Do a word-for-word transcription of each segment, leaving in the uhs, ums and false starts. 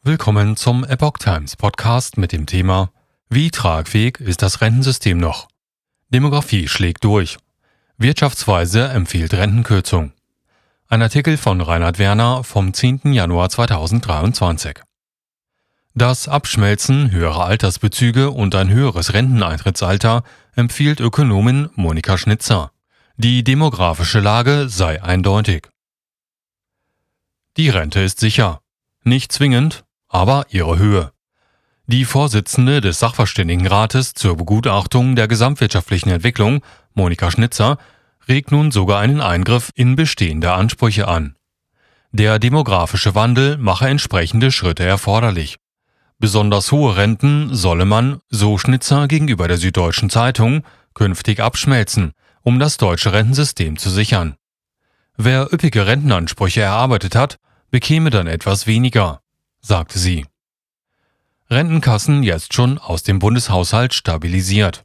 Willkommen zum Epoch Times Podcast mit dem Thema: Wie tragfähig ist das Rentensystem noch? Demografie schlägt durch. Wirtschaftsweise empfiehlt Rentenkürzung. Ein Artikel von Reinhard Werner vom zehnten Januar zweitausenddreiundzwanzig. Das Abschmelzen höherer Altersbezüge und ein höheres Renteneintrittsalter empfiehlt Ökonomin Monika Schnitzer. Die demografische Lage sei eindeutig. Die Rente ist sicher. Nicht zwingend, aber ihre Höhe. Die Vorsitzende des Sachverständigenrates zur Begutachtung der gesamtwirtschaftlichen Entwicklung, Monika Schnitzer, regt nun sogar einen Eingriff in bestehende Ansprüche an. Der demografische Wandel mache entsprechende Schritte erforderlich. Besonders hohe Renten solle man, so Schnitzer gegenüber der Süddeutschen Zeitung, künftig abschmelzen, um das deutsche Rentensystem zu sichern. Wer üppige Rentenansprüche erarbeitet hat, bekäme dann etwas weniger, sagte sie. Rentenkassen jetzt schon aus dem Bundeshaushalt stabilisiert.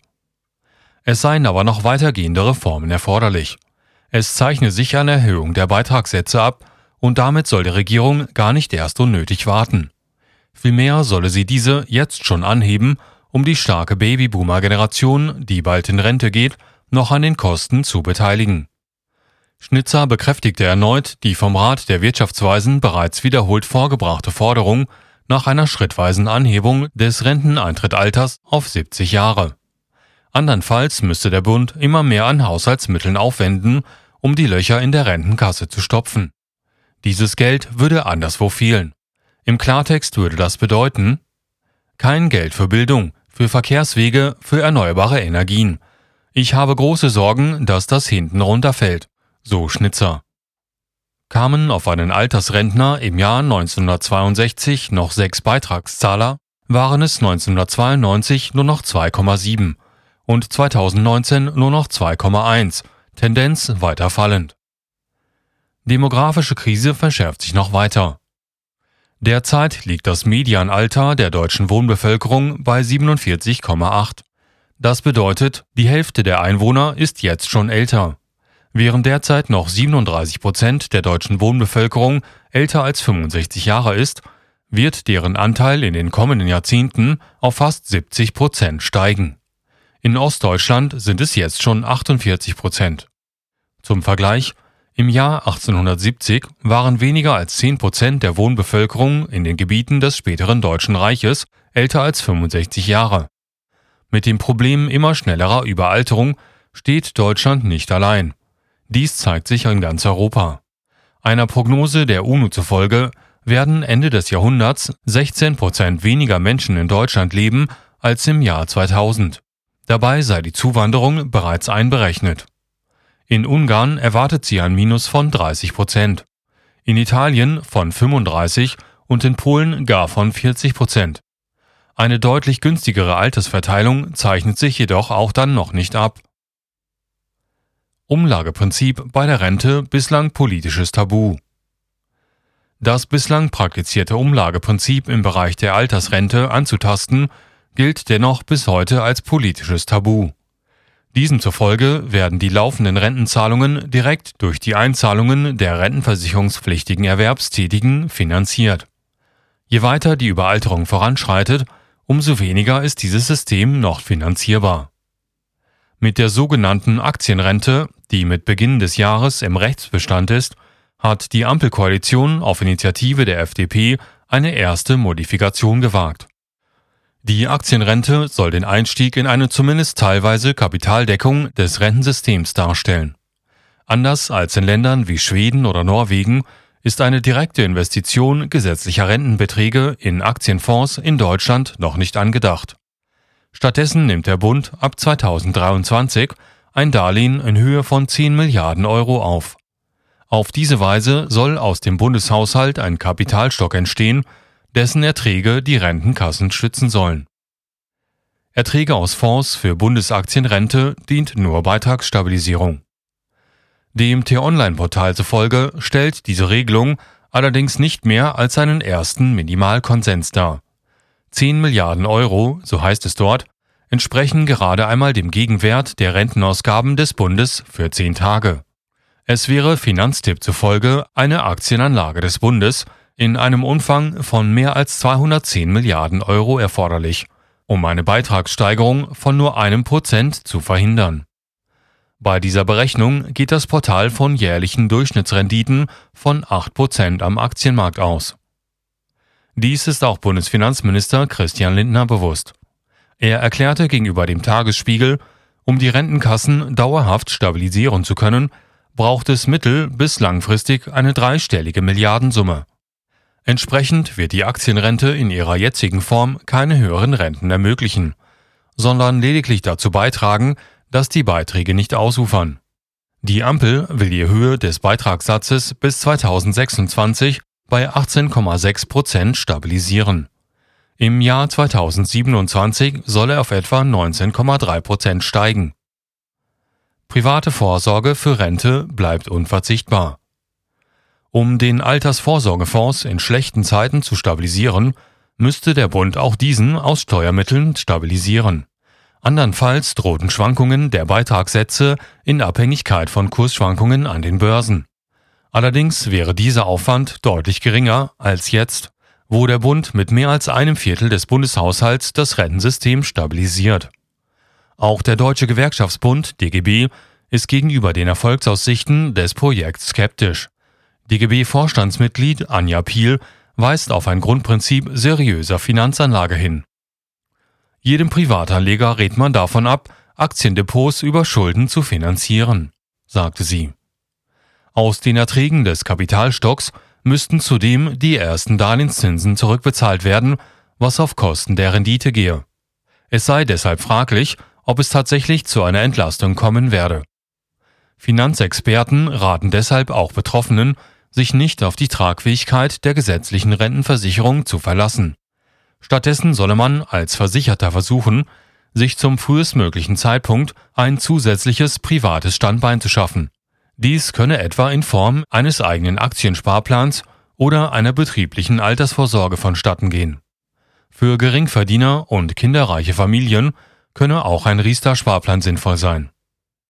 Es seien aber noch weitergehende Reformen erforderlich. Es zeichne sich eine Erhöhung der Beitragssätze ab und damit soll die Regierung gar nicht erst unnötig warten. Vielmehr solle sie diese jetzt schon anheben, um die starke Babyboomer-Generation, die bald in Rente geht, noch an den Kosten zu beteiligen. Schnitzer bekräftigte erneut die vom Rat der Wirtschaftsweisen bereits wiederholt vorgebrachte Forderung nach einer schrittweisen Anhebung des Renteneintrittsalters auf siebzig Jahre. Andernfalls müsste der Bund immer mehr an Haushaltsmitteln aufwenden, um die Löcher in der Rentenkasse zu stopfen. Dieses Geld würde anderswo fehlen. Im Klartext würde das bedeuten: kein Geld für Bildung, für Verkehrswege, für erneuerbare Energien. Ich habe große Sorgen, dass das hinten runterfällt, so Schnitzer. Kamen auf einen Altersrentner im Jahr neunzehnhundertzweiundsechzig noch sechs Beitragszahler, waren es neunzehnhundertzweiundneunzig nur noch zwei Komma sieben und zweitausendneunzehn nur noch zwei Komma eins, Tendenz weiter fallend. Demografische Krise verschärft sich noch weiter. Derzeit liegt das Medianalter der deutschen Wohnbevölkerung bei siebenundvierzig Komma acht. Das bedeutet, die Hälfte der Einwohner ist jetzt schon älter. Während derzeit noch siebenunddreißig Prozent der deutschen Wohnbevölkerung älter als fünfundsechzig Jahre ist, wird deren Anteil in den kommenden Jahrzehnten auf fast siebzig Prozent steigen. In Ostdeutschland sind es jetzt schon achtundvierzig Prozent. Zum Vergleich: Im Jahr achtzehnhundertsiebzig waren weniger als zehn Prozent der Wohnbevölkerung in den Gebieten des späteren Deutschen Reiches älter als fünfundsechzig Jahre. Mit dem Problem immer schnellerer Überalterung steht Deutschland nicht allein. Dies zeigt sich in ganz Europa. Einer Prognose der UNO zufolge werden Ende des Jahrhunderts sechzehn Prozent weniger Menschen in Deutschland leben als im Jahr zweitausend. Dabei sei die Zuwanderung bereits einberechnet. In Ungarn erwartet sie ein Minus von dreißig Prozent, in Italien von fünfunddreißig und in Polen gar von vierzig Prozent. Eine deutlich günstigere Altersverteilung zeichnet sich jedoch auch dann noch nicht ab. Umlageprinzip bei der Rente bislang politisches Tabu. Das bislang praktizierte Umlageprinzip im Bereich der Altersrente anzutasten, gilt dennoch bis heute als politisches Tabu. Diesem zufolge werden die laufenden Rentenzahlungen direkt durch die Einzahlungen der rentenversicherungspflichtigen Erwerbstätigen finanziert. Je weiter die Überalterung voranschreitet, umso weniger ist dieses System noch finanzierbar. Mit der sogenannten Aktienrente, die mit Beginn des Jahres im Rechtsbestand ist, hat die Ampelkoalition auf Initiative der F D P eine erste Modifikation gewagt. Die Aktienrente soll den Einstieg in eine zumindest teilweise Kapitaldeckung des Rentensystems darstellen. Anders als in Ländern wie Schweden oder Norwegen ist eine direkte Investition gesetzlicher Rentenbeträge in Aktienfonds in Deutschland noch nicht angedacht. Stattdessen nimmt der Bund ab zweitausenddreiundzwanzig ein Darlehen in Höhe von zehn Milliarden Euro auf. Auf diese Weise soll aus dem Bundeshaushalt ein Kapitalstock entstehen, dessen Erträge die Rentenkassen stützen sollen. Erträge aus Fonds für Bundesaktienrente dient nur Beitragsstabilisierung. Dem T-Online-Portal zufolge stellt diese Regelung allerdings nicht mehr als einen ersten Minimalkonsens dar. zehn Milliarden Euro, so heißt es dort, entsprechen gerade einmal dem Gegenwert der Rentenausgaben des Bundes für zehn Tage. Es wäre Finanztipp zufolge eine Aktienanlage des Bundes, in einem Umfang von mehr als zweihundertzehn Milliarden Euro erforderlich, um eine Beitragssteigerung von nur einem Prozent zu verhindern. Bei dieser Berechnung geht das Portal von jährlichen Durchschnittsrenditen von acht Prozent am Aktienmarkt aus. Dies ist auch Bundesfinanzminister Christian Lindner bewusst. Er erklärte gegenüber dem Tagesspiegel, um die Rentenkassen dauerhaft stabilisieren zu können, braucht es mittel- bis langfristig eine dreistellige Milliardensumme. Entsprechend wird die Aktienrente in ihrer jetzigen Form keine höheren Renten ermöglichen, sondern lediglich dazu beitragen, dass die Beiträge nicht ausufern. Die Ampel will die Höhe des Beitragssatzes bis zweitausendsechsundzwanzig bei achtzehn Komma sechs Prozent stabilisieren. Im Jahr zweitausendsiebenundzwanzig soll er auf etwa neunzehn Komma drei Prozent steigen. Private Vorsorge für Rente bleibt unverzichtbar. Um den Altersvorsorgefonds in schlechten Zeiten zu stabilisieren, müsste der Bund auch diesen aus Steuermitteln stabilisieren. Andernfalls drohten Schwankungen der Beitragssätze in Abhängigkeit von Kursschwankungen an den Börsen. Allerdings wäre dieser Aufwand deutlich geringer als jetzt, wo der Bund mit mehr als einem Viertel des Bundeshaushalts das Rentensystem stabilisiert. Auch der Deutsche Gewerkschaftsbund D G B ist gegenüber den Erfolgsaussichten des Projekts skeptisch. D G B-Vorstandsmitglied Anja Piel weist auf ein Grundprinzip seriöser Finanzanlage hin. Jedem Privatanleger rät man davon ab, Aktiendepots über Schulden zu finanzieren, sagte sie. Aus den Erträgen des Kapitalstocks müssten zudem die ersten Darlehenszinsen zurückbezahlt werden, was auf Kosten der Rendite gehe. Es sei deshalb fraglich, ob es tatsächlich zu einer Entlastung kommen werde. Finanzexperten raten deshalb auch Betroffenen, sich nicht auf die Tragfähigkeit der gesetzlichen Rentenversicherung zu verlassen. Stattdessen solle man als Versicherter versuchen, sich zum frühestmöglichen Zeitpunkt ein zusätzliches privates Standbein zu schaffen. Dies könne etwa in Form eines eigenen Aktiensparplans oder einer betrieblichen Altersvorsorge vonstatten gehen. Für Geringverdiener und kinderreiche Familien könne auch ein Riester-Sparplan sinnvoll sein.